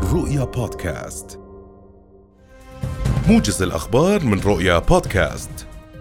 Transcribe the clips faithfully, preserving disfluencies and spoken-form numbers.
رؤيا بودكاست، موجز الأخبار من رؤيا بودكاست.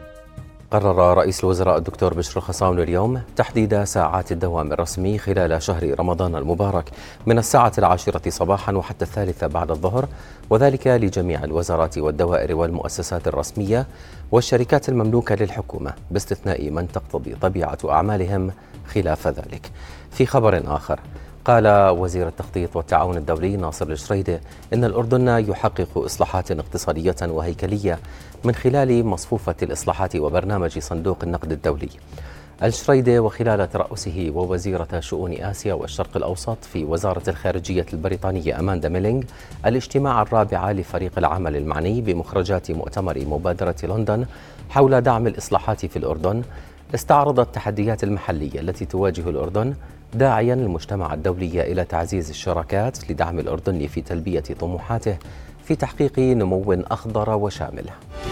قرر رئيس الوزراء الدكتور بشر الخصاون اليوم تحديد ساعات الدوام الرسمي خلال شهر رمضان المبارك من الساعة العاشرة صباحا وحتى الثالثة بعد الظهر، وذلك لجميع الوزارات والدوائر والمؤسسات الرسمية والشركات المملوكة للحكومة باستثناء من تقتضي طبيعة أعمالهم خلاف ذلك. في خبر آخر، قال وزير التخطيط والتعاون الدولي ناصر الشريدي إن الأردن يحقق إصلاحات اقتصادية وهيكلية من خلال مصفوفة الإصلاحات وبرنامج صندوق النقد الدولي. الشريدي وخلال ترأسه ووزيرة شؤون آسيا والشرق الأوسط في وزارة الخارجية البريطانية أماندا ميلينغ الاجتماع الرابع لفريق العمل المعني بمخرجات مؤتمر مبادرة لندن حول دعم الإصلاحات في الأردن، استعرض التحديات المحلية التي تواجه الأردن، داعيا المجتمع الدولي إلى تعزيز الشراكات لدعم الأردن في تلبية طموحاته في تحقيق نمو أخضر وشامل.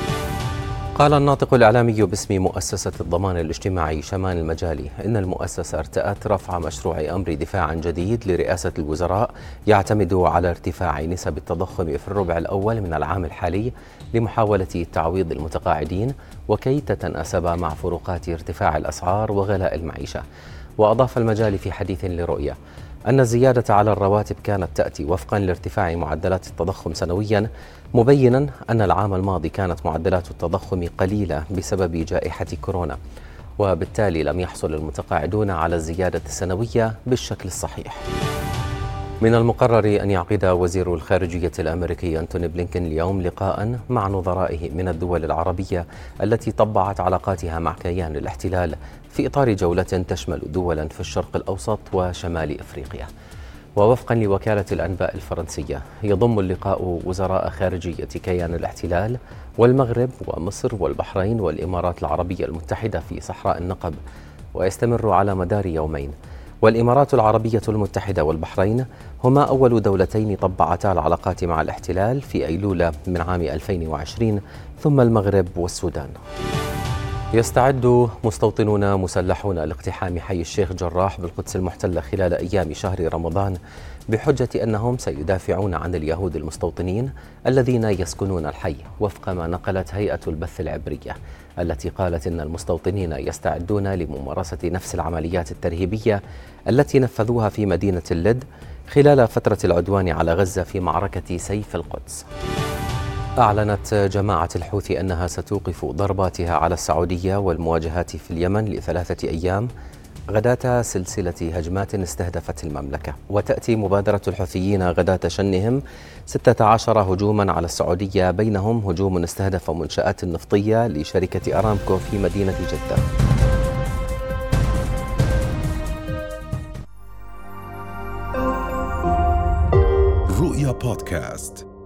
قال الناطق الإعلامي باسم مؤسسة الضمان الاجتماعي شمان المجالي إن المؤسسة ارتأت رفع مشروع أمر دفاع جديد لرئاسة الوزراء يعتمد على ارتفاع نسب التضخم في الربع الأول من العام الحالي لمحاولة تعويض المتقاعدين وكي تتناسب مع فروقات ارتفاع الأسعار وغلاء المعيشة. وأضاف المجالي في حديث لرؤيا أن الزيادة على الرواتب كانت تأتي وفقا لارتفاع معدلات التضخم سنويا، مبينا أن العام الماضي كانت معدلات التضخم قليلة بسبب جائحة كورونا، وبالتالي لم يحصل المتقاعدون على الزيادة السنوية بالشكل الصحيح. من المقرر أن يعقد وزير الخارجية الأمريكي أنتوني بلينكن اليوم لقاء مع نظرائه من الدول العربية التي طبعت علاقاتها مع كيان الاحتلال في إطار جولة تشمل دولا في الشرق الأوسط وشمال أفريقيا. ووفقا لوكالة الأنباء الفرنسية يضم اللقاء وزراء خارجية كيان الاحتلال والمغرب ومصر والبحرين والإمارات العربية المتحدة في صحراء النقب، ويستمر على مدار يومين. والإمارات العربية المتحدة والبحرين هما أول دولتين طبعتا العلاقات مع الاحتلال في أيلول من عام ألفين وعشرين، ثم المغرب والسودان. يستعد مستوطنون مسلحون لاقتحام حي الشيخ جراح بالقدس المحتلة خلال أيام شهر رمضان بحجة أنهم سيدافعون عن اليهود المستوطنين الذين يسكنون الحي، وفق ما نقلت هيئة البث العبرية التي قالت إن المستوطنين يستعدون لممارسة نفس العمليات الترهيبية التي نفذوها في مدينة اللد خلال فترة العدوان على غزة في معركة سيف القدس. أعلنت جماعة الحوثي أنها ستوقف ضرباتها على السعودية والمواجهات في اليمن لثلاثة أيام غداة سلسلة هجمات استهدفت المملكة. وتأتي مبادرة الحوثيين غداة شنهم ستة عشر هجوما على السعودية، بينهم هجوم استهدف منشآت نفطية لشركة أرامكو في مدينة جدة. رؤيا بودكاست.